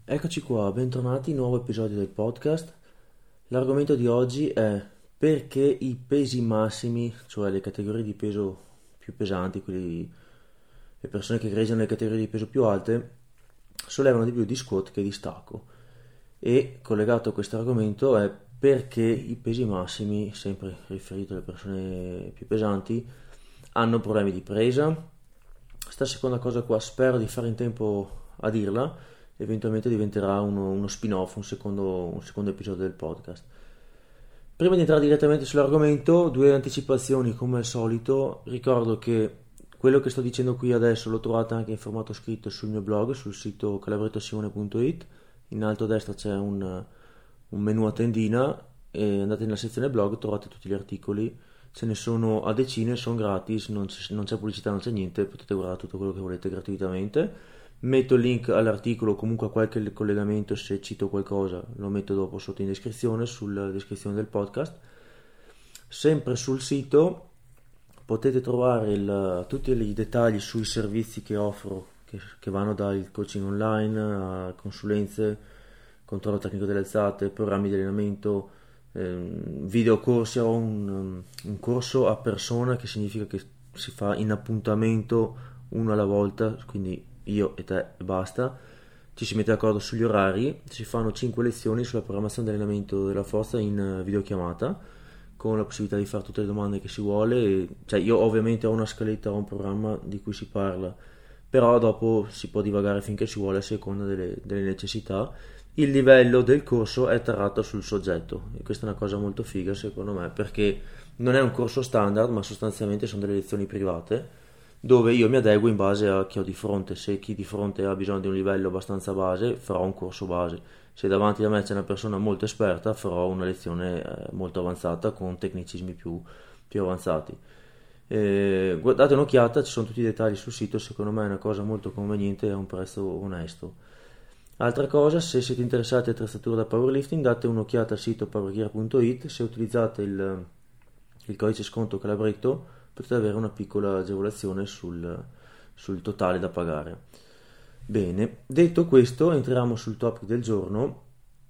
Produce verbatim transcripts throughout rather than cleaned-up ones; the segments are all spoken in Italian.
Eccoci qua, bentornati, nuovo episodio del podcast. L'argomento di oggi è perché i pesi massimi, cioè le categorie di peso più pesanti, quelli, le persone che gareggiano nelle categorie di peso più alte, sollevano di più di squat che di stacco. E collegato a questo argomento è perché i pesi massimi, sempre riferito alle persone più pesanti, hanno problemi di presa. Sta seconda cosa qua spero di fare in tempo a dirla. Eventualmente diventerà uno, uno spin-off, un secondo, un secondo episodio del podcast. Prima di entrare direttamente sull'argomento, due anticipazioni come al solito. Ricordo che quello che sto dicendo qui adesso lo trovate anche in formato scritto sul mio blog, sul sito calabrettosimone punto it. In alto a destra c'è un, un menu a tendina e andate nella sezione blog, trovate tutti gli articoli. Ce ne sono a decine, sono gratis, non c'è, non c'è pubblicità, non c'è niente, potete guardare tutto quello che volete gratuitamente. Metto il link all'articolo, comunque a qualche collegamento, se cito qualcosa lo metto dopo sotto in descrizione, sulla descrizione del podcast. Sempre sul sito potete trovare il, tutti i dettagli sui servizi che offro, che, che vanno dal coaching online a consulenze, controllo tecnico delle alzate, programmi di allenamento, ehm, videocorsi. Ho un, un corso a persona, che significa che si fa in appuntamento uno alla volta, quindi io e te e basta, ci si mette d'accordo sugli orari, si fanno cinque lezioni sulla programmazione di allenamento della forza in videochiamata, con la possibilità di fare tutte le domande che si vuole. E, cioè, io ovviamente ho una scaletta, ho un programma di cui si parla, però dopo si può divagare finché si vuole a seconda delle, delle necessità. Il livello del corso è tarato sul soggetto e questa è una cosa molto figa secondo me, perché non è un corso standard, ma sostanzialmente sono delle lezioni private dove io mi adeguo in base a chi ho di fronte. Se chi di fronte ha bisogno di un livello abbastanza base, farò un corso base. Se davanti a me c'è una persona molto esperta, farò una lezione eh, molto avanzata con tecnicismi più, più avanzati. Eh, guardate un'occhiata, ci sono tutti i dettagli sul sito, secondo me è una cosa molto conveniente e a un prezzo onesto. Altra cosa, se siete interessati a attrezzature da powerlifting, date un'occhiata al sito powergear punto it. Se utilizzate il, il codice sconto Calabretto potete avere una piccola agevolazione sul, sul totale da pagare. Bene, detto questo, entriamo sul topic del giorno.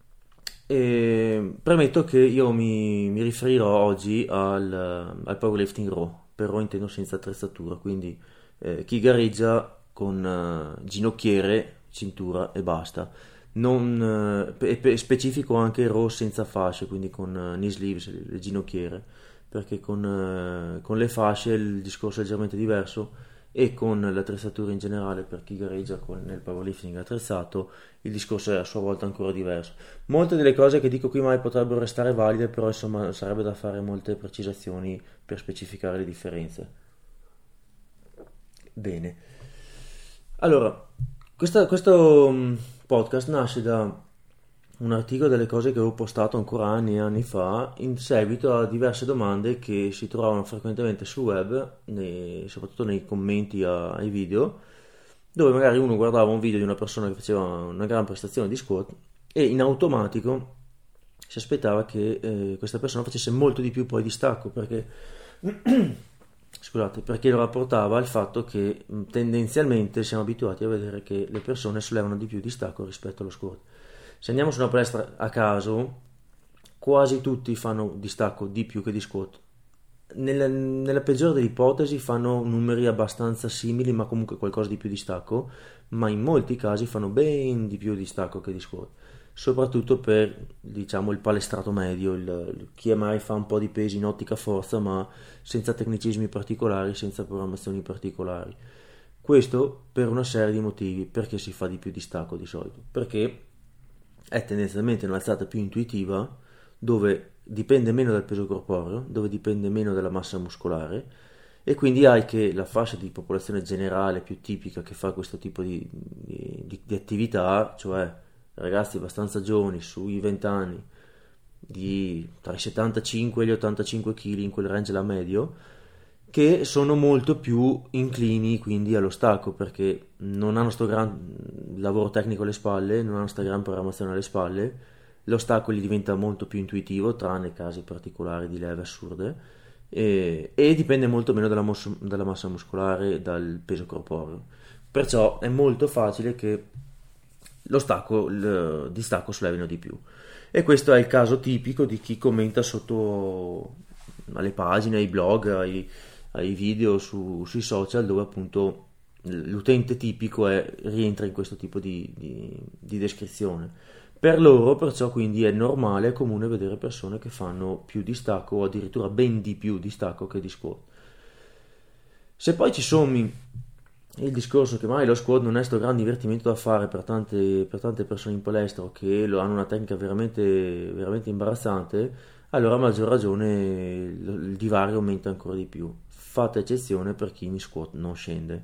E premetto che io mi, mi riferirò oggi al, al powerlifting raw, però intendo senza attrezzatura, quindi eh, chi gareggia con eh, ginocchiere, cintura e basta. Non, eh, specifico anche raw senza fasce, quindi con eh, knee sleeves, le, le ginocchiere, perché con, eh, con le fasce il discorso è leggermente diverso, e con l'attrezzatura in generale per chi gareggia con, nel powerlifting attrezzato, il discorso è a sua volta ancora diverso. Molte delle cose che dico qui mai potrebbero restare valide, però insomma sarebbe da fare molte precisazioni per specificare le differenze. Bene, allora questa, questo podcast nasce da un articolo delle cose che avevo postato ancora anni e anni fa, in seguito a diverse domande che si trovavano frequentemente sul web, nei, soprattutto nei commenti a, ai video, dove magari uno guardava un video di una persona che faceva una gran prestazione di squat e in automatico si aspettava che eh, questa persona facesse molto di più poi di stacco, perché scusate, perché lo rapportava al fatto che tendenzialmente siamo abituati a vedere che le persone sollevano di più di stacco rispetto allo squat. Se andiamo su una palestra a caso, quasi tutti fanno distacco di più che di squat. Nella, nella peggiore delle ipotesi fanno numeri abbastanza simili, ma comunque qualcosa di più di stacco, ma in molti casi fanno ben di più di stacco che di squat, soprattutto per, diciamo, il palestrato medio, il, chi mai fa un po' di pesi in ottica forza, ma senza tecnicismi particolari, senza programmazioni particolari. Questo per una serie di motivi. Perché si fa di più di stacco di solito? Perché è tendenzialmente un'alzata più intuitiva, dove dipende meno dal peso corporeo, dove dipende meno dalla massa muscolare, e quindi hai che la fascia di popolazione generale più tipica che fa questo tipo di, di, di attività, cioè ragazzi abbastanza giovani, sui venti anni, di tra i settantacinque e gli ottantacinque chili, in quel range là medio, che sono molto più inclini quindi allo stacco, perché non hanno sto gran lavoro tecnico alle spalle, non hanno sta gran programmazione alle spalle, lo stacco gli diventa molto più intuitivo, tranne casi particolari di leve assurde, e, e dipende molto meno dalla, mos- dalla massa muscolare e dal peso corporeo. Perciò è molto facile che lo stacco, il distacco sollevino di più. E questo è il caso tipico di chi commenta sotto alle pagine, ai blog, ai, ai video su, sui social, dove appunto l'utente tipico è, rientra in questo tipo di, di, di descrizione. Per loro perciò quindi è normale e comune vedere persone che fanno più distacco o addirittura ben di più distacco che di squat. Se poi ci sommi il discorso che mai lo squat non è sto gran divertimento da fare per tante, per tante persone in palestra o che lo hanno una tecnica veramente, veramente imbarazzante, allora a maggior ragione il, il divario aumenta ancora di più. Fate eccezione per chi in squat non scende.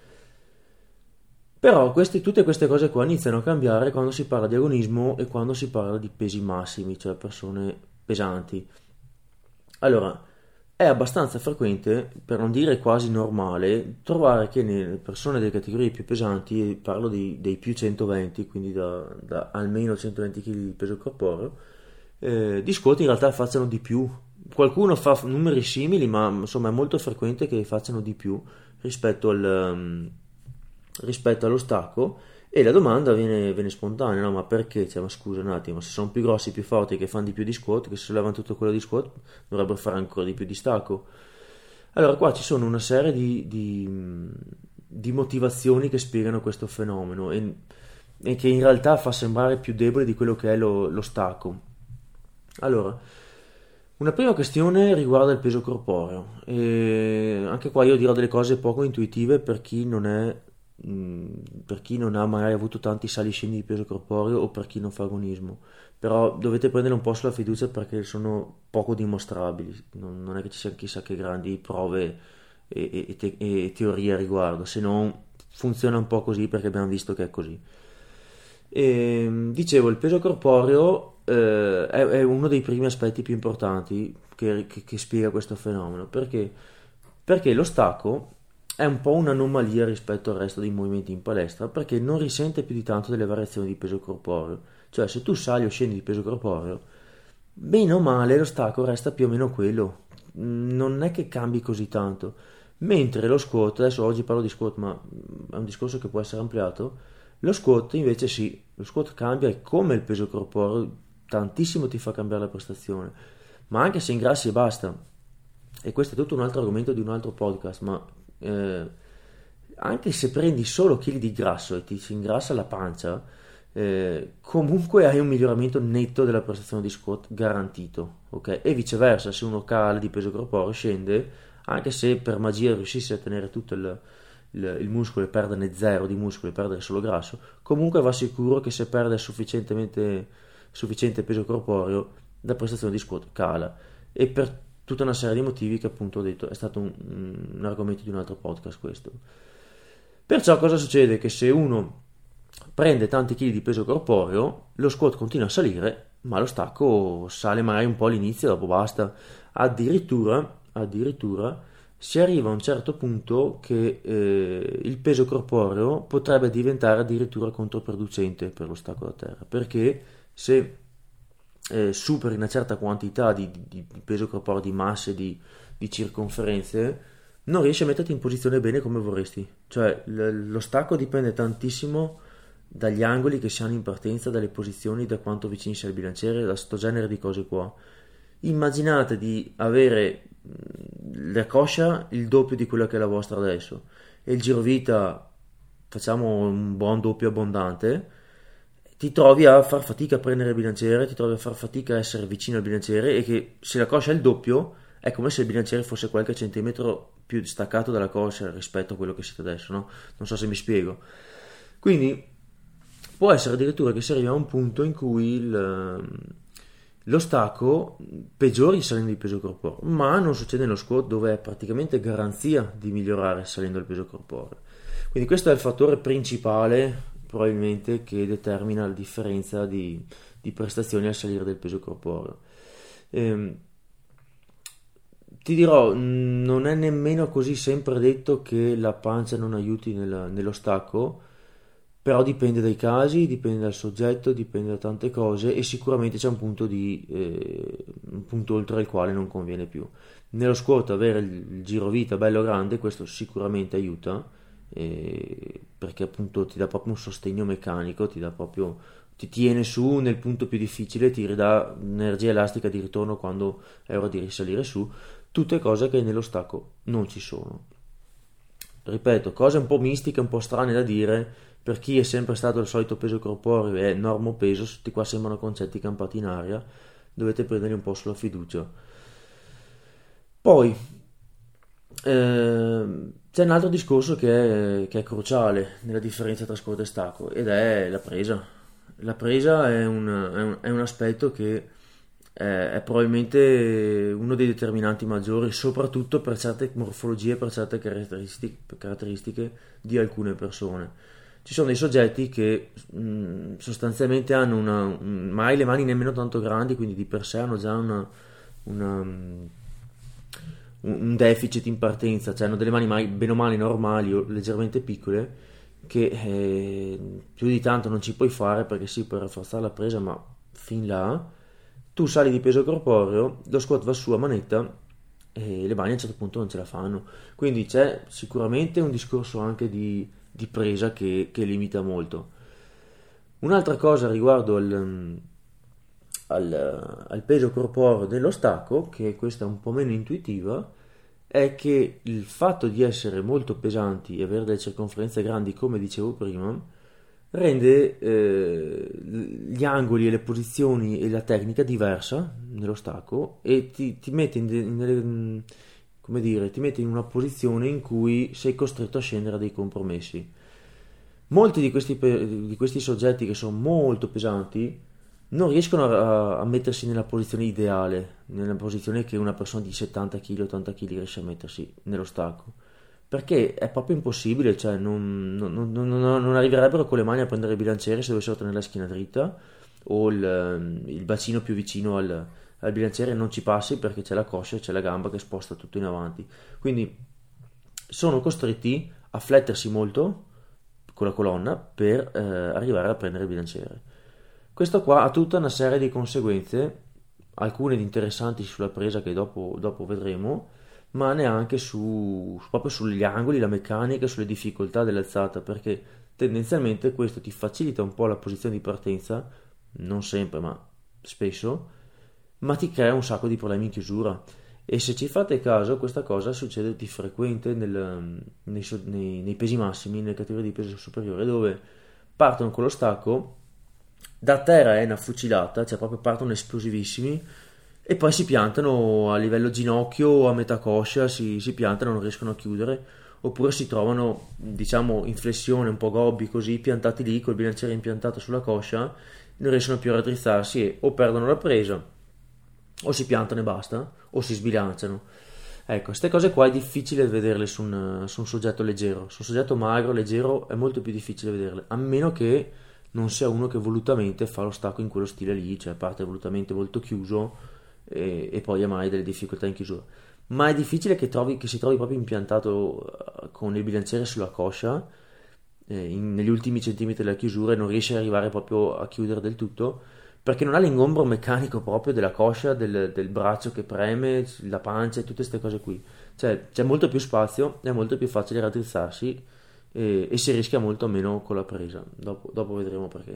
Però queste, tutte queste cose qua iniziano a cambiare quando si parla di agonismo e quando si parla di pesi massimi, cioè persone pesanti. Allora, è abbastanza frequente, per non dire quasi normale, trovare che nelle persone delle categorie più pesanti, parlo di, dei più centoventi, quindi da, da almeno centoventi chili di peso corporeo, eh, di squat in realtà facciano di più. Qualcuno fa numeri simili, ma insomma è molto frequente che facciano di più rispetto, al, um, rispetto allo stacco. E la domanda viene, viene spontanea, no? Ma perché? Cioè, ma scusa un attimo, se sono più grossi, più forti, che fanno di più di squat, che se sollevano tutto quello di squat, dovrebbero fare ancora di più di stacco. Allora qua ci sono una serie di, di, di motivazioni che spiegano questo fenomeno e, e che in realtà fa sembrare più debole di quello che è lo, lo stacco. Allora, una prima questione riguarda il peso corporeo. E anche qua io dirò delle cose poco intuitive per chi non è per chi non ha mai avuto tanti sali e scendi di peso corporeo o per chi non fa agonismo, però dovete prendere un po' sulla fiducia perché sono poco dimostrabili, non, non è che ci siano chissà che grandi prove e, e, te, e teorie a riguardo, se non funziona un po' così perché abbiamo visto che è così. E, dicevo, il peso corporeo eh, è, è uno dei primi aspetti più importanti che, che, che spiega questo fenomeno, perché perché lo stacco è un po' un'anomalia rispetto al resto dei movimenti in palestra perché non risente più di tanto delle variazioni di peso corporeo. Cioè, se tu sali o scendi di peso corporeo, bene o male lo stacco resta più o meno quello, non è che cambi così tanto. Mentre lo squat, adesso oggi parlo di squat ma è un discorso che può essere ampliato, lo squat invece sì, lo squat cambia e come il peso corporeo tantissimo ti fa cambiare la prestazione, ma anche se ingrassi e basta. E questo è tutto un altro argomento di un altro podcast, ma Eh, anche se prendi solo chili di grasso e ti si ingrassa la pancia, eh, comunque hai un miglioramento netto della prestazione di squat garantito, ok? E viceversa, se uno cala di peso corporeo scende, anche se per magia riuscisse a tenere tutto il, il, il muscolo e perderne zero di muscolo e perdere solo grasso, comunque va sicuro che se perde sufficientemente sufficiente peso corporeo la prestazione di squat cala. E per tutta una serie di motivi che appunto ho detto è stato un, un argomento di un altro podcast questo. Perciò cosa succede? Che se uno prende tanti chili di peso corporeo, lo squat continua a salire, ma lo stacco sale magari un po' all'inizio, dopo basta. Addirittura, addirittura si arriva a un certo punto che eh, il peso corporeo potrebbe diventare addirittura controproducente per lo stacco da terra, perché se Eh, superi una certa quantità di, di, di peso corporeo, di masse, di, di circonferenze, non riesci a metterti in posizione bene come vorresti. Cioè l- lo stacco dipende tantissimo dagli angoli che si hanno in partenza, dalle posizioni, da quanto vicini sei al bilanciere, da sto genere di cose qua. Immaginate di avere la coscia il doppio di quella che è la vostra adesso e il girovita, facciamo un buon doppio abbondante, ti trovi a far fatica a prendere il bilanciere, ti trovi a far fatica a essere vicino al bilanciere, e che se la coscia è il doppio è come se il bilanciere fosse qualche centimetro più staccato dalla coscia rispetto a quello che siete adesso, no? Non so se mi spiego. Quindi può essere addirittura che si arrivi a un punto in cui il, lo stacco peggiori salendo di peso corporeo, ma non succede nello squat, dove è praticamente garanzia di migliorare salendo il peso corporeo. Quindi questo è il fattore principale probabilmente che determina la differenza di, di prestazioni al salire del peso corporeo. Ehm, ti dirò, non è nemmeno così sempre detto che la pancia non aiuti nel, nello stacco, però dipende dai casi, dipende dal soggetto, dipende da tante cose, e sicuramente c'è un punto, di, eh, un punto oltre il quale non conviene più. Nello squat avere il, il girovita bello grande, questo sicuramente aiuta, e perché appunto ti dà proprio un sostegno meccanico, ti dà proprio, ti tiene su nel punto più difficile, ti ridà energia elastica di ritorno quando è ora di risalire su, tutte cose che nello stacco non ci sono. Ripeto, cose un po' mistiche, un po' strane da dire, per chi è sempre stato il solito peso corporeo e normo peso, tutti qua sembrano concetti campati in aria, dovete prenderli un po' sulla fiducia. Poi eh, c'è un altro discorso che è, che è cruciale nella differenza tra squat e stacco, ed è la presa. La presa è un, è un, è un aspetto che è, è probabilmente uno dei determinanti maggiori, soprattutto per certe morfologie, per certe caratteristiche, caratteristiche di alcune persone. Ci sono dei soggetti che mh, sostanzialmente hanno una, un, mai le mani nemmeno tanto grandi, quindi di per sé hanno già una, una, un, un deficit in partenza, cioè hanno delle mani mai, bene o male normali o leggermente piccole, che eh, più di tanto non ci puoi fare perché sì, puoi rafforzare la presa, ma fin là tu sali di peso corporeo, lo squat va su a manetta e le mani a un certo punto non ce la fanno. Quindi c'è sicuramente un discorso anche di, di presa che, che limita molto. Un'altra cosa riguardo al, al, al peso corporeo dello stacco, che questa è un po' meno intuitiva, è che il fatto di essere molto pesanti e avere delle circonferenze grandi, come dicevo prima, rende eh, gli angoli e le posizioni e la tecnica diversa nello stacco e ti, ti mette in, de, in delle, come dire, ti mette in una posizione in cui sei costretto a scendere a dei compromessi. Molti di questi, di questi soggetti che sono molto pesanti non riescono a, a mettersi nella posizione ideale, nella posizione che una persona di settanta chili, ottanta chili riesce a mettersi nello stacco, perché è proprio impossibile, cioè non, non, non, non, non arriverebbero con le mani a prendere il bilanciere se dovessero tenere la schiena dritta o il, il bacino più vicino al, al bilanciere non ci passi perché c'è la coscia e c'è la gamba che sposta tutto in avanti, quindi sono costretti a flettersi molto con la colonna per eh, arrivare a prendere il bilanciere. Questo qua ha tutta una serie di conseguenze, alcune interessanti sulla presa che dopo, dopo vedremo, ma neanche su, proprio sugli angoli, la meccanica, sulle difficoltà dell'alzata, perché tendenzialmente questo ti facilita un po' la posizione di partenza, non sempre ma spesso, ma ti crea un sacco di problemi in chiusura. E se ci fate caso, questa cosa succede di frequente nel, nei, nei, nei pesi massimi, nelle categorie di peso superiore, dove partono con lo stacco, da terra è una fucilata, cioè proprio partono esplosivissimi e poi si piantano a livello ginocchio o a metà coscia, si, si piantano, non riescono a chiudere, oppure si trovano, diciamo, in flessione, un po' gobbi così, piantati lì col bilanciere impiantato sulla coscia, non riescono più a raddrizzarsi e o perdono la presa o si piantano e basta, o si sbilanciano. Ecco, queste cose qua è difficile vederle su un, su un soggetto leggero, su un soggetto magro, leggero, è molto più difficile vederle, a meno che non sia uno che volutamente fa lo stacco in quello stile lì, cioè parte volutamente molto chiuso e, e poi ha mai delle difficoltà in chiusura. Ma è difficile che, trovi, che si trovi proprio impiantato con il bilanciere sulla coscia eh, in, negli ultimi centimetri della chiusura e non riesce ad arrivare proprio a chiudere del tutto, perché non ha l'ingombro meccanico proprio della coscia, del, del braccio che preme, la pancia e tutte queste cose qui. Cioè c'è molto più spazio, è molto più facile raddrizzarsi e, e si rischia molto meno con la presa. Dopo, dopo vedremo perché.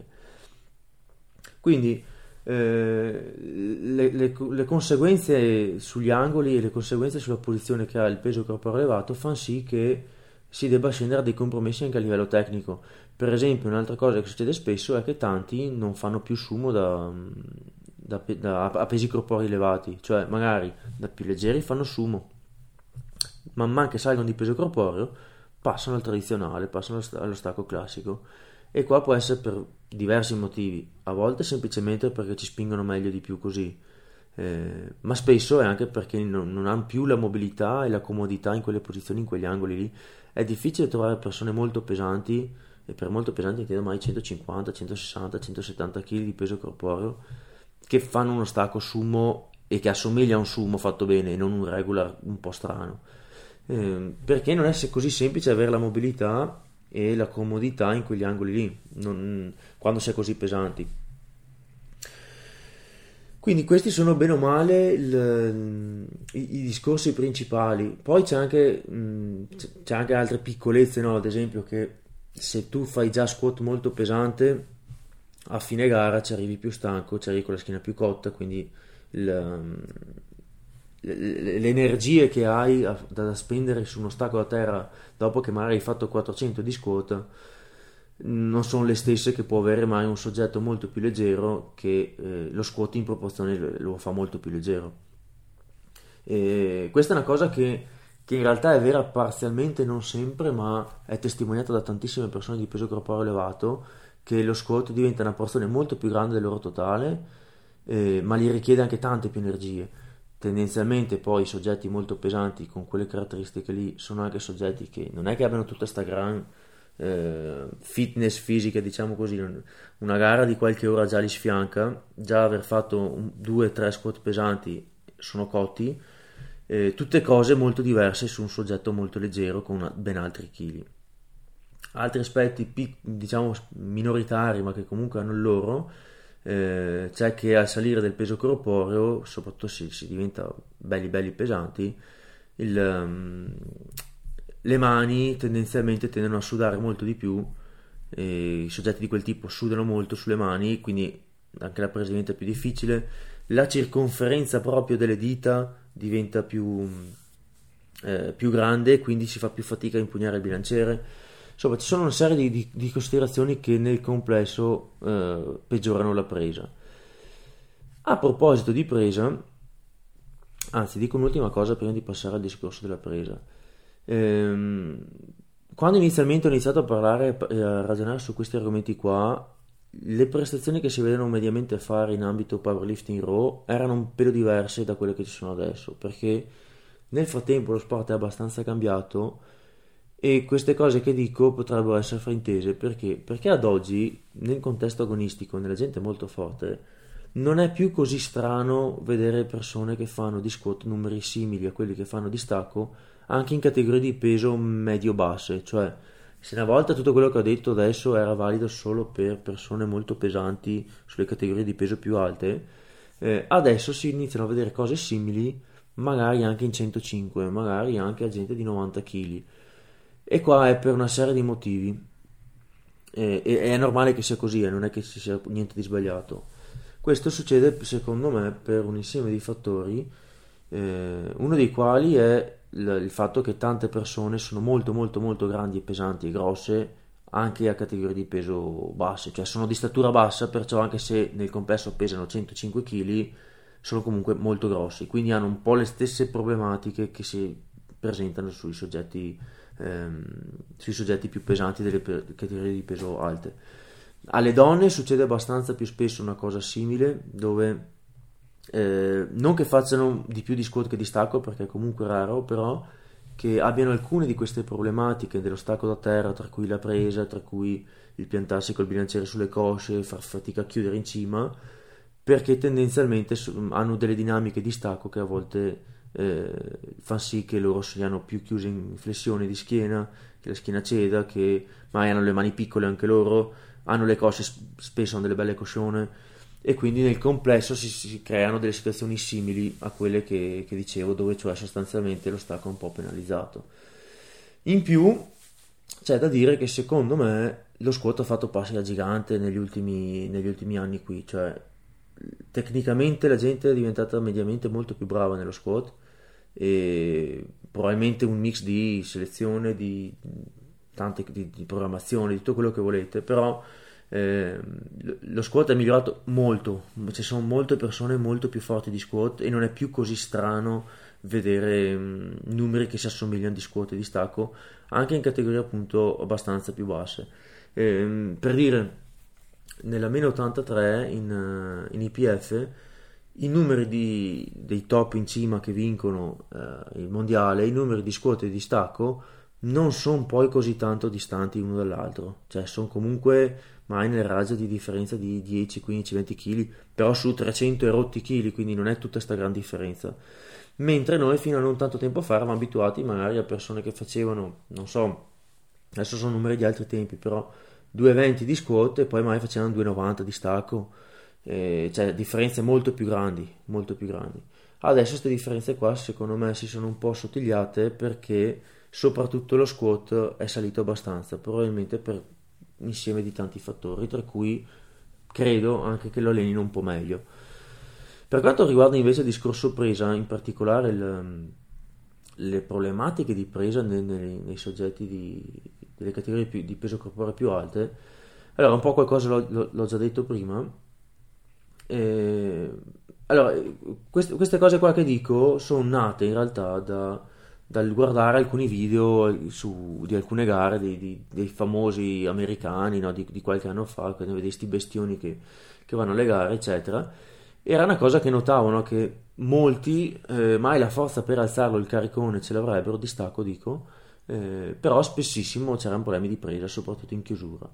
Quindi eh, le, le, le conseguenze sugli angoli e le conseguenze sulla posizione che ha il peso corporeo elevato fanno sì che si debba scendere a dei compromessi anche a livello tecnico. Per esempio, un'altra cosa che succede spesso è che tanti non fanno più sumo da, da, da, a pesi corporei elevati, cioè magari da più leggeri fanno sumo, man mano che salgono di peso corporeo passano al tradizionale, passano allo stacco classico, e qua può essere per diversi motivi, a volte semplicemente perché ci spingono meglio di più così, eh, ma spesso è anche perché non, non hanno più la mobilità e la comodità in quelle posizioni, in quegli angoli lì. È difficile trovare persone molto pesanti, e per molto pesanti intendo mai centocinquanta, centosessanta, centosettanta kg di peso corporeo, che fanno uno stacco sumo e che assomiglia a un sumo fatto bene e non un regular un po' strano, eh, perché non è così semplice avere la mobilità e la comodità in quegli angoli lì non, quando si è così pesanti. Quindi questi sono bene o male il- i, i discorsi principali. Poi c'è anche, mh, c'è c'è anche altre piccolezze, no? Ad esempio che se tu fai già squat molto pesante, a fine gara ci arrivi più stanco, ci arrivi con la schiena più cotta, quindi il, um, le, le- le energie che hai a- da spendere su uno stacco da terra dopo che magari hai fatto quattrocento di squat non sono le stesse che può avere mai un soggetto molto più leggero che eh, lo squat in proporzione lo, lo fa molto più leggero. E questa è una cosa che, che in realtà è vera parzialmente, non sempre, ma è testimoniata da tantissime persone di peso corporeo elevato, che lo squat diventa una porzione molto più grande del loro totale, eh, ma gli richiede anche tante più energie. Tendenzialmente poi i soggetti molto pesanti con quelle caratteristiche lì sono anche soggetti che non è che abbiano tutta sta gran eh, fitness fisica, diciamo così, non- una gara di qualche ora già li sfianca, già aver fatto un- due tre squat pesanti sono cotti, eh, tutte cose molto diverse su un soggetto molto leggero con una- ben altri chili. Altri aspetti, pic- diciamo, minoritari, ma che comunque hanno il loro, eh, c'è che al salire del peso corporeo, soprattutto se si diventa belli belli pesanti, il, ehm, le mani tendenzialmente tendono a sudare molto di più, e i soggetti di quel tipo sudano molto sulle mani, quindi anche la presa diventa più difficile, la circonferenza proprio delle dita diventa più, eh, più grande, quindi si fa più fatica a impugnare il bilanciere. Insomma, ci sono una serie di, di- di considerazioni che nel complesso eh, peggiorano la presa. A proposito di presa, anzi, dico un'ultima cosa prima di passare al discorso della presa. Ehm, Quando inizialmente ho iniziato a parlare e a ragionare su questi argomenti qua, le prestazioni che si vedono mediamente fare in ambito powerlifting raw erano un pelo diverse da quelle che ci sono adesso, perché nel frattempo lo sport è abbastanza cambiato e queste cose che dico potrebbero essere fraintese perché? Perché ad oggi, nel contesto agonistico, nella gente molto forte, non è più così strano vedere persone che fanno di squat numeri simili a quelli che fanno di stacco anche in categorie di peso medio-basse, cioè se una volta tutto quello che ho detto adesso era valido solo per persone molto pesanti sulle categorie di peso più alte, eh, adesso si iniziano a vedere cose simili magari anche in centocinque, magari anche a gente di novanta chili. E qua è per una serie di motivi. E, e- è normale che sia così, eh, non è che ci sia niente di sbagliato. Questo succede secondo me per un insieme di fattori, eh, uno dei quali è il, il fatto che tante persone sono molto molto molto grandi e pesanti e grosse anche a categorie di peso basse, cioè sono di statura bassa, perciò anche se nel complesso pesano centocinque chili sono comunque molto grossi, quindi hanno un po' le stesse problematiche che si presentano sui soggetti, ehm, sui soggetti più pesanti delle pe- categorie di peso alte. Alle donne succede abbastanza più spesso una cosa simile, dove eh, non che facciano di più di squat che di stacco, perché è comunque raro, però che abbiano alcune di queste problematiche dello stacco da terra, tra cui la presa, tra cui il piantarsi col bilanciere sulle cosce, far fatica a chiudere in cima, perché tendenzialmente so- hanno delle dinamiche di stacco che a volte eh, fanno sì che loro siano più chiuse in flessione di schiena, che la schiena ceda, che magari hanno le mani piccole anche loro, hanno le cosce s- spesso hanno delle belle coscione e quindi nel complesso si, si creano delle situazioni simili a quelle che, che dicevo, dove cioè sostanzialmente lo stacco è un po' penalizzato. In più c'è da dire che secondo me lo squat ha fatto passi da gigante negli ultimi, negli ultimi anni qui, cioè tecnicamente la gente è diventata mediamente molto più brava nello squat e probabilmente un mix di selezione, di, tante, di, di programmazione, di tutto quello che volete, però eh, lo squat è migliorato molto, ci sono molte persone molto più forti di squat e non è più così strano vedere mh, numeri che si assomigliano di squat e di stacco anche in categorie appunto abbastanza più basse. Ehm, per dire, nella meno ottantatré in, eh, in I P F i numeri di- dei top in cima che vincono eh, il mondiale, i numeri di squat e di stacco non sono poi così tanto distanti l'uno dall'altro, cioè sono comunque mai nel raggio di differenza di dieci, quindici, venti chili, però su trecento e rotti chili, quindi non è tutta questa gran differenza. Mentre noi fino a non tanto tempo fa eravamo abituati magari a persone che facevano, non so, adesso sono numeri di altri tempi, però due e venti di squat e poi magari facevano due e novanta di stacco eh, cioè differenze molto più grandi, molto più grandi. Adesso queste differenze qua secondo me si sono un po' assottigliate perché soprattutto lo squat è salito abbastanza, probabilmente per insieme di tanti fattori, tra cui credo anche che lo allenino un po' meglio. Per quanto riguarda invece il discorso presa, in particolare il, le problematiche di presa nei, nei, nei soggetti di, delle categorie più, di peso corporeo più alte, allora un po' qualcosa l'ho, l'ho, l'ho già detto prima. Eh, allora, queste, queste cose qua che dico sono nate in realtà da, dal guardare alcuni video su, di alcune gare di, di, dei famosi americani, no, di, di qualche anno fa, quando vedi questi bestioni che, che vanno alle gare, eccetera. Era una cosa che notavo, no, che molti eh, mai la forza per alzarlo il caricone ce l'avrebbero, di stacco dico, eh, però spessissimo c'erano problemi di presa, soprattutto in chiusura.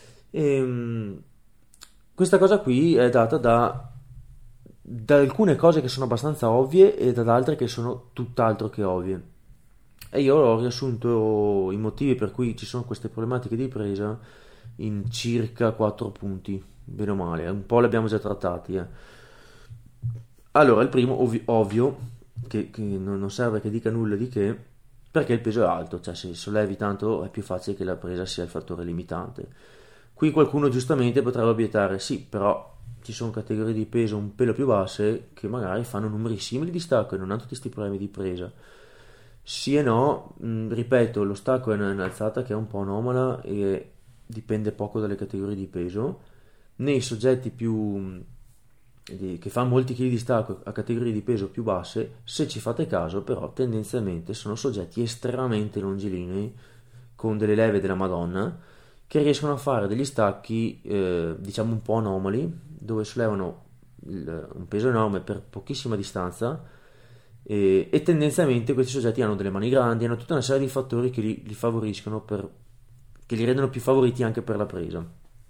E, questa cosa qui è data da, da alcune cose che sono abbastanza ovvie e da altre che sono tutt'altro che ovvie. E io ho riassunto i motivi per cui ci sono queste problematiche di presa in circa quattro punti, bene o male, un po' li abbiamo già trattati. Eh. Allora, il primo, ovvio, ovvio che, che non serve che dica nulla di che, perché il peso è alto, cioè se sollevi tanto è più facile che la presa sia il fattore limitante. Qui qualcuno giustamente potrebbe obiettare, sì, però ci sono categorie di peso un pelo più basse che magari fanno numeri simili di stacco e non hanno tutti questi problemi di presa. Sì e no, mh, ripeto, lo stacco è un'alzata che è un po' anomala e dipende poco dalle categorie di peso. Nei soggetti più di, che fanno molti chili di stacco a categorie di peso più basse, se ci fate caso, però tendenzialmente sono soggetti estremamente longilinei con delle leve della Madonna, che riescono a fare degli stacchi eh, diciamo un po' anomali, dove sollevano il, un peso enorme per pochissima distanza e, e tendenzialmente questi soggetti hanno delle mani grandi, hanno tutta una serie di fattori che li, li favoriscono per, che li rendono più favoriti anche per la presa.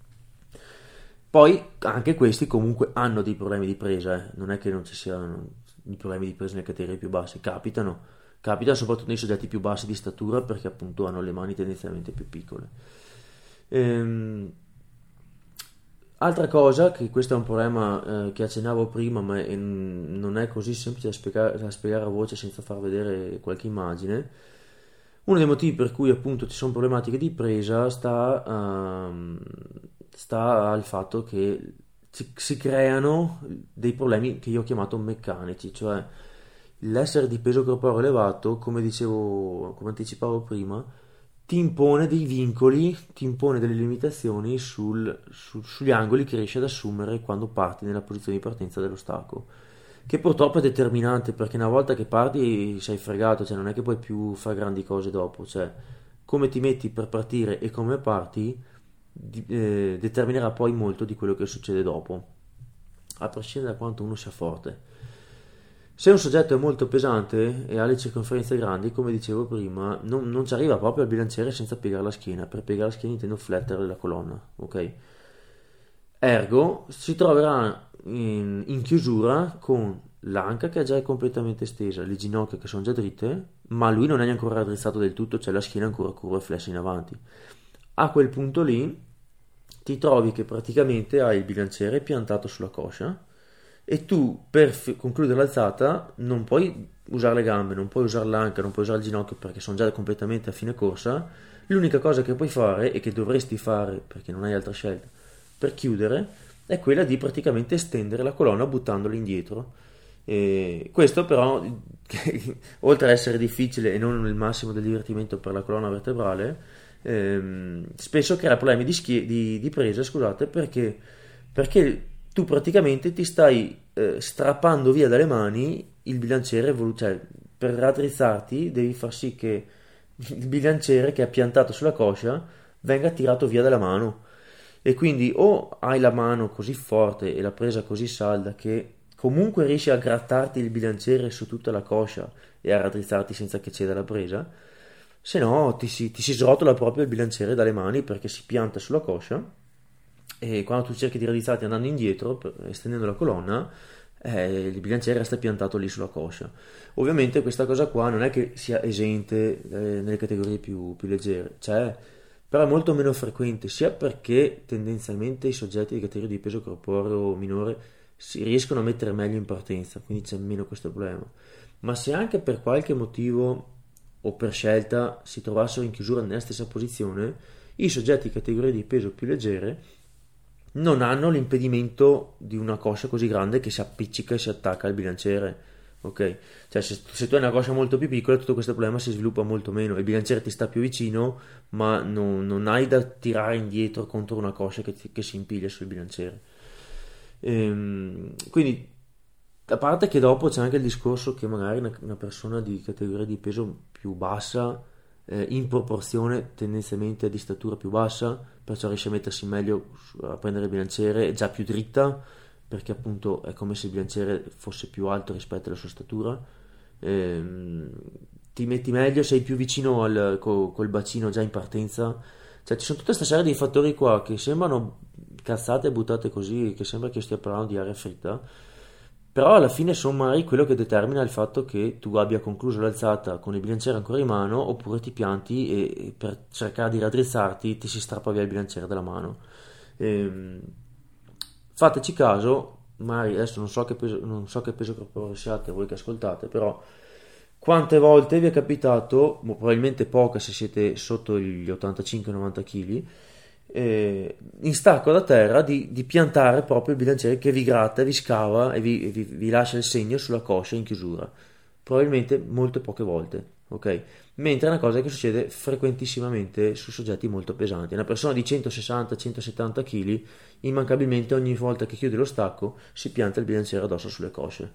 Poi anche questi comunque hanno dei problemi di presa, eh. Non è che non ci siano i problemi di presa nelle categorie più basse, capitano, capita soprattutto nei soggetti più bassi di statura perché appunto hanno le mani tendenzialmente più piccole. Ehm, altra cosa, che questo è un problema eh, che accennavo prima, ma è, non è così semplice da spiegare, da spiegare a voce senza far vedere qualche immagine. Uno dei motivi per cui appunto ci sono problematiche di presa sta, um, sta al fatto che si, si creano dei problemi che io ho chiamato meccanici, cioè l'essere di peso corporeo elevato, come dicevo, come anticipavo prima, ti impone dei vincoli, ti impone delle limitazioni sul, su, sugli angoli che riesci ad assumere quando parti nella posizione di partenza dello stacco, che purtroppo è determinante, perché una volta che parti sei fregato, cioè non è che puoi più fare grandi cose dopo, cioè come ti metti per partire e come parti di, eh, determinerà poi molto di quello che succede dopo, a prescindere da quanto uno sia forte. Se un soggetto è molto pesante e ha le circonferenze grandi, come dicevo prima, non, non ci arriva proprio al bilanciere senza piegare la schiena. Per piegare la schiena intendo flettere la colonna, ok? Ergo si troverà in, in chiusura con l'anca che è già completamente stesa, le ginocchia che sono già dritte, ma lui non è ancora raddrizzato del tutto, cioè la schiena è ancora curva e flessa in avanti. A quel punto lì ti trovi che praticamente hai il bilanciere piantato sulla coscia e tu per f- concludere l'alzata non puoi usare le gambe, non puoi usare l'anca, non puoi usare il ginocchio perché sono già completamente a fine corsa. L'unica cosa che puoi fare e che dovresti fare perché non hai altra scelta per chiudere è quella di praticamente estendere la colonna buttandola indietro. E questo però oltre ad essere difficile e non il massimo del divertimento per la colonna vertebrale, ehm, spesso crea problemi di, schie- di, di presa, scusate, perché perché tu praticamente ti stai eh, strappando via dalle mani il bilanciere, cioè per raddrizzarti devi far sì che il bilanciere che è piantato sulla coscia venga tirato via dalla mano e quindi o hai la mano così forte e la presa così salda che comunque riesci a grattarti il bilanciere su tutta la coscia e a raddrizzarti senza che ceda la presa, se no ti si, ti si srotola proprio il bilanciere dalle mani perché si pianta sulla coscia. E quando tu cerchi di raddrizzarti andando indietro, estendendo la colonna, eh, il bilanciere resta piantato lì sulla coscia. Ovviamente questa cosa qua non è che sia esente eh, nelle categorie più, più leggere, c'è però è molto meno frequente, sia perché tendenzialmente i soggetti di categoria di peso corporeo minore si riescono a mettere meglio in partenza, quindi c'è meno questo problema, ma se anche per qualche motivo o per scelta si trovassero in chiusura nella stessa posizione, i soggetti di categoria di peso più leggere non hanno l'impedimento di una coscia così grande che si appiccica e si attacca al bilanciere. Ok, cioè se, se tu hai una coscia molto più piccola, tutto questo problema si sviluppa molto meno. Il bilanciere ti sta più vicino, ma non, non hai da tirare indietro contro una coscia che, ti, che si impiglia sul bilanciere. Ehm, quindi, a parte che dopo c'è anche il discorso che magari una, una persona di categoria di peso più bassa, eh, in proporzione tendenzialmente di statura più bassa, perciò riesce a mettersi meglio a prendere il bilanciere, è già più dritta, perché appunto è come se il bilanciere fosse più alto rispetto alla sua statura. Ehm, ti metti meglio, sei più vicino al, co, col bacino già in partenza, cioè ci sono tutta questa serie di fattori qua che sembrano cazzate buttate così, che sembra che stia parlando di aria fritta, però alla fine sono magari quello che determina il fatto che tu abbia concluso l'alzata con il bilanciere ancora in mano, oppure ti pianti e, e per cercare di raddrizzarti ti si strappa via il bilanciere dalla mano. Ehm, fateci caso, magari adesso non so che peso, non so che peso corporeo siate voi che ascoltate, però quante volte vi è capitato, probabilmente poche se siete sotto gli ottantacinque novanta chili, eh, in stacco da terra di, di piantare proprio il bilanciere che vi gratta, vi scava e vi, vi, vi lascia il segno sulla coscia in chiusura? Probabilmente molte poche volte, ok? Mentre è una cosa che succede frequentissimamente su soggetti molto pesanti. Una persona di centosessanta centosettanta chili immancabilmente ogni volta che chiude lo stacco si pianta il bilanciere addosso sulle cosce.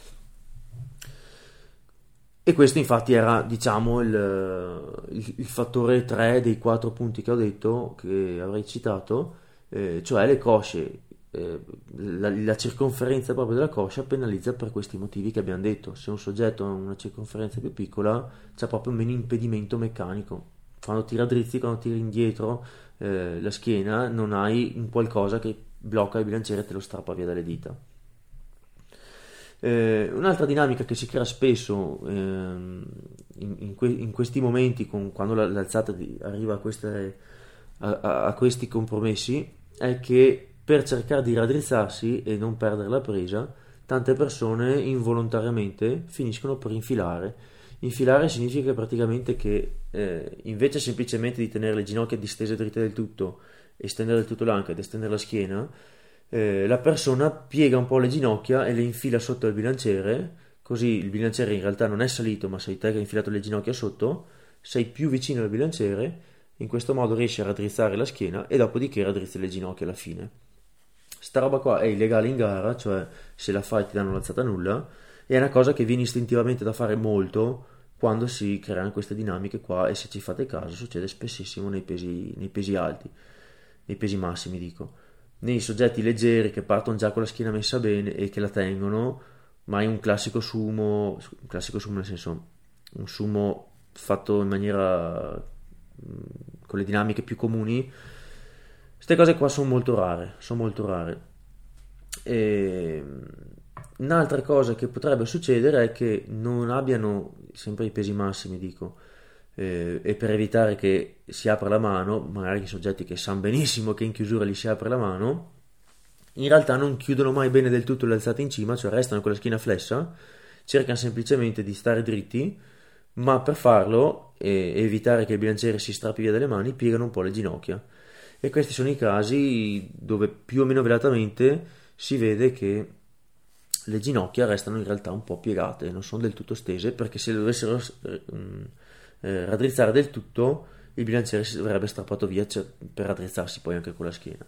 E questo infatti era, diciamo, il, il, il fattore tre dei quattro punti che ho detto, che avrei citato, eh, cioè le cosce, eh, la, la circonferenza proprio della coscia penalizza per questi motivi che abbiamo detto. Se un soggetto ha una circonferenza più piccola, c'è proprio meno impedimento meccanico. Quando ti raddrizzi, quando tiri indietro eh, la schiena, non hai un qualcosa che blocca il bilanciere e te lo strappa via dalle dita. Eh, un'altra dinamica che si crea spesso ehm, in, in, que- in questi momenti, con, quando la, l'alzata di, arriva a, queste, a, a, a questi compromessi, è che per cercare di raddrizzarsi e non perdere la presa, tante persone involontariamente finiscono per infilare. Infilare significa praticamente che eh, invece semplicemente di tenere le ginocchia distese dritte del tutto, estendere del tutto l'anca ed estendere la schiena, Eh, la persona piega un po' le ginocchia e le infila sotto il bilanciere, così il bilanciere in realtà non è salito, ma sei te che hai infilato le ginocchia sotto, sei più vicino al bilanciere, in questo modo riesci a raddrizzare la schiena e dopodiché raddrizzi le ginocchia alla fine. Sta roba qua è illegale in gara, cioè se la fai ti danno l'alzata nulla, e è una cosa che viene istintivamente da fare molto quando si creano queste dinamiche qua, e se ci fate caso succede spessissimo nei pesi, nei pesi alti, nei pesi massimi dico. Nei soggetti leggeri che partono già con la schiena messa bene e che la tengono, ma è un classico sumo, un classico sumo nel senso un sumo fatto in maniera con le dinamiche più comuni, queste cose qua sono molto rare, sono molto rare. E un'altra cosa che potrebbe succedere è che non abbiano sempre i pesi massimi, dico, Eh, e per evitare che si apra la mano, magari i soggetti che sanno benissimo che in chiusura gli si apre la mano, in realtà non chiudono mai bene del tutto le alzate in cima, cioè restano con la schiena flessa, cercano semplicemente di stare dritti, ma per farlo e evitare che il bilanciere si strappi via dalle mani, piegano un po' le ginocchia. E questi sono i casi dove più o meno velatamente si vede che le ginocchia restano in realtà un po' piegate, non sono del tutto stese, perché se le dovessero eh, raddrizzare del tutto, il bilanciere si verrebbe strappato via, cioè, per raddrizzarsi poi anche con la schiena.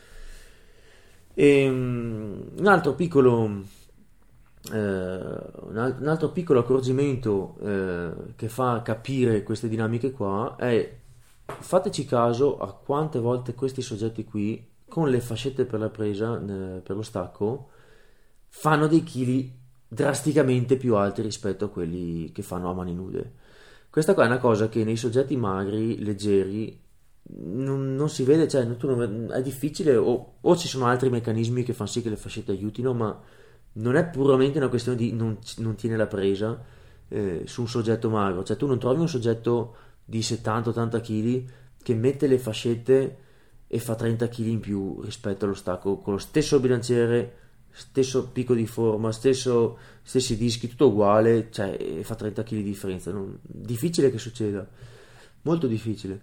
E, um, un altro piccolo eh, un altro piccolo accorgimento eh, che fa capire queste dinamiche qua è: fateci caso a quante volte questi soggetti qui con le fascette per la presa, eh, per lo stacco, fanno dei chili drasticamente più alti rispetto a quelli che fanno a mani nude. Questa qua è una cosa che nei soggetti magri, leggeri, non, non si vede, cioè tu non, è difficile, o, o ci sono altri meccanismi che fanno sì che le fascette aiutino, ma non è puramente una questione di non, non tiene la presa eh, su un soggetto magro. Cioè tu non trovi un soggetto di settanta ottanta chili che che mette le fascette e fa trenta chili in più rispetto allo stacco con lo stesso bilanciere, stesso picco di forma, stesso, stessi dischi, tutto uguale, cioè e fa trenta chili di differenza. Non, difficile che succeda, molto difficile,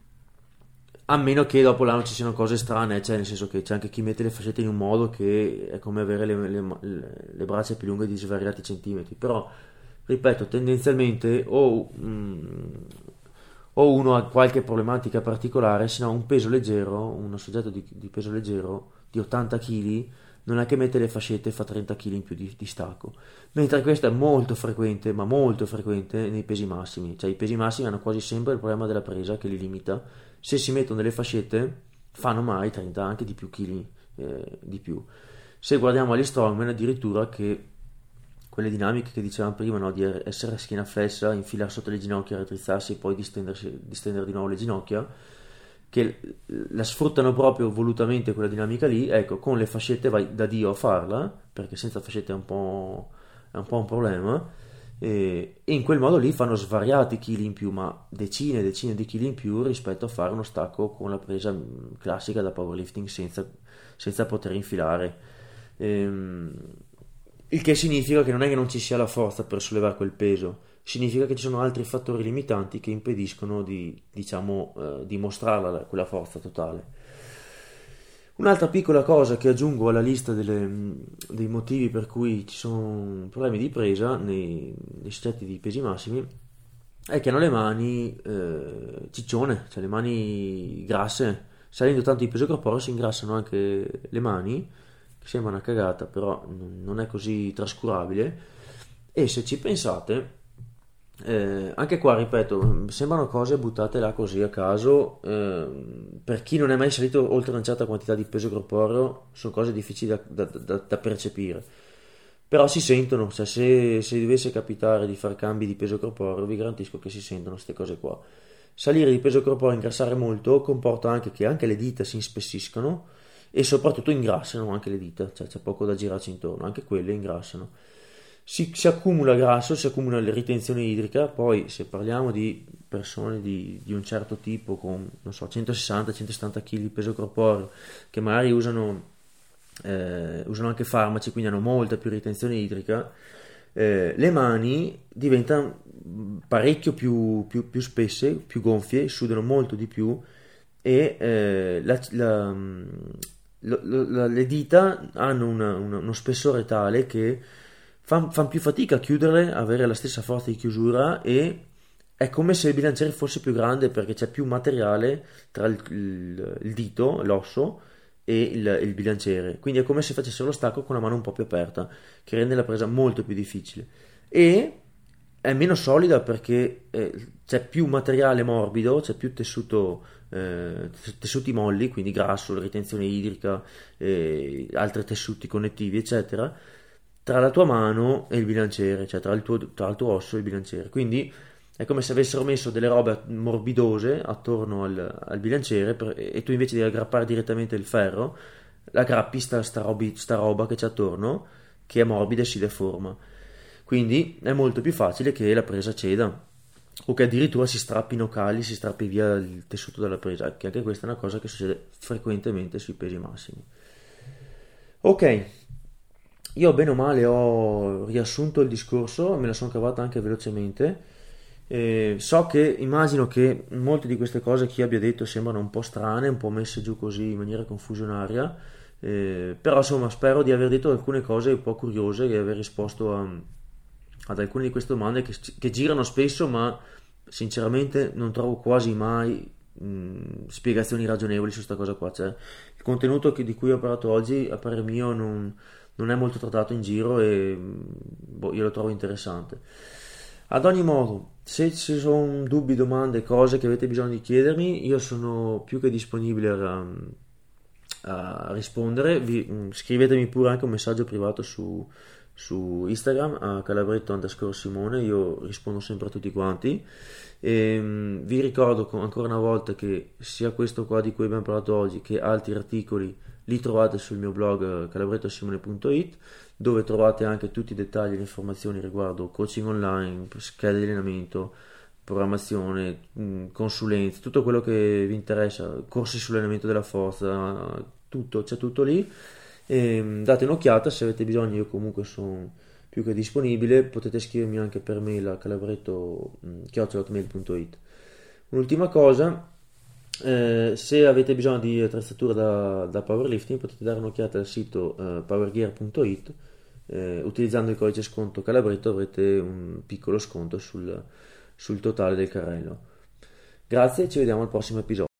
a meno che dopo l'anno ci siano cose strane, cioè nel senso che c'è anche chi mette le fascette in un modo che è come avere le, le, le braccia più lunghe di svariati centimetri. Però ripeto, tendenzialmente o, mm, o uno ha qualche problematica particolare, se no un peso leggero, un soggetto di, di peso leggero di ottanta chili non è che mette le fascette e fa trenta chili in più di, di stacco, mentre questo è molto frequente, ma molto frequente nei pesi massimi. Cioè i pesi massimi hanno quasi sempre il problema della presa che li limita. Se si mettono delle fascette fanno mai trenta, anche di più chili eh, di più. Se guardiamo agli strongman, addirittura, che quelle dinamiche che dicevamo prima, no? Di essere a schiena flessa, infilare sotto le ginocchia, raddrizzarsi e poi distendersi, distendere di nuovo le ginocchia, che la sfruttano proprio volutamente quella dinamica lì. Ecco, con le fascette vai da Dio a farla, perché senza fascette è un po', è un, po' un problema, e, e in quel modo lì fanno svariati chili in più, ma decine e decine di chili in più rispetto a fare uno stacco con la presa classica da powerlifting senza, senza poter infilare. Ehm, il che significa che non è che non ci sia la forza per sollevare quel peso, significa che ci sono altri fattori limitanti che impediscono di, diciamo, eh, dimostrarla quella forza totale. Un'altra piccola cosa che aggiungo alla lista delle, dei motivi per cui ci sono problemi di presa nei, nei soggetti di pesi massimi è che hanno le mani eh, ciccione, cioè le mani grasse. Salendo tanto di peso corporeo si ingrassano anche le mani, che sembra una cagata, però non è così trascurabile. E se ci pensate, eh, anche qua, ripeto, sembrano cose buttate là così a caso. Eh, per chi non è mai salito oltre una certa quantità di peso corporeo sono cose difficili da, da, da, da percepire, però si sentono. Cioè, se, se dovesse capitare di fare cambi di peso corporeo, vi garantisco che si sentono queste cose qua. Salire di peso corporeo, ingrassare molto, comporta anche che anche le dita si inspessiscono e soprattutto ingrassano anche le dita, cioè c'è poco da girarci intorno, anche quelle ingrassano. Si, si accumula grasso, si accumula la ritenzione idrica. Poi se parliamo di persone di, di un certo tipo con, non so, centosessanta centosettanta chili di peso corporeo, che magari usano, eh, usano anche farmaci, quindi hanno molta più ritenzione idrica, eh, le mani diventano parecchio più, più, più spesse, più gonfie, sudano molto di più e eh, la, la Lo, lo, le dita hanno una, una, uno spessore tale che fanno fan più fatica a chiuderle, avere la stessa forza di chiusura, e è come se il bilanciere fosse più grande perché c'è più materiale tra il, il, il dito, l'osso e il, il bilanciere, quindi è come se facesse lo stacco con la mano un po' più aperta, che rende la presa molto più difficile. E è meno solida perché eh, c'è più materiale morbido, c'è più tessuto, eh, tessuti molli, quindi grasso, ritenzione idrica, eh, altri tessuti connettivi, eccetera, tra la tua mano e il bilanciere, cioè tra il tuo, tra il tuo osso e il bilanciere. Quindi è come se avessero messo delle robe morbidose attorno al, al bilanciere per, e tu invece di aggrappare direttamente il ferro, aggrappi sta, sta, robi, sta roba che c'è attorno, che è morbida e si deforma. Quindi è molto più facile che la presa ceda o che addirittura si strappino cali, si strappi via il tessuto dalla presa, che anche questa è una cosa che succede frequentemente sui pesi massimi. Ok, io bene o male ho riassunto il discorso, me la sono cavata anche velocemente. Eh, so che, immagino che molte di queste cose che io abbia detto sembrano un po' strane, un po' messe giù così in maniera confusionaria, eh, però insomma spero di aver detto alcune cose un po' curiose e aver risposto a ad alcune di queste domande che, che girano spesso, ma sinceramente non trovo quasi mai mh, spiegazioni ragionevoli su questa cosa qua. Cioè, il contenuto che, di cui ho parlato oggi, a parer mio, non, non è molto trattato in giro e boh, io lo trovo interessante. Ad ogni modo, se ci sono dubbi, domande, cose che avete bisogno di chiedermi, io sono più che disponibile a, a rispondere. Vi, scrivetemi pure anche un messaggio privato su su Instagram a calabretto underscore Simone, io rispondo sempre a tutti quanti. E, um, vi ricordo ancora una volta che sia questo qua di cui abbiamo parlato oggi che altri articoli li trovate sul mio blog calabrettosimone punto it, dove trovate anche tutti i dettagli e le informazioni riguardo coaching online, schede di allenamento, programmazione, mh, consulenze, tutto quello che vi interessa, corsi sull'allenamento della forza, tutto, c'è tutto lì. E, mh, date un'occhiata, se avete bisogno io comunque sono più che disponibile, potete scrivermi anche per mail a calabretto chiocciola hotmail punto it. Un'ultima cosa, eh, se avete bisogno di attrezzatura da, da powerlifting potete dare un'occhiata al sito eh, powergear punto it, eh, utilizzando il codice sconto calabretto avrete un piccolo sconto sul, sul totale del carrello. Grazie, ci vediamo al prossimo episodio.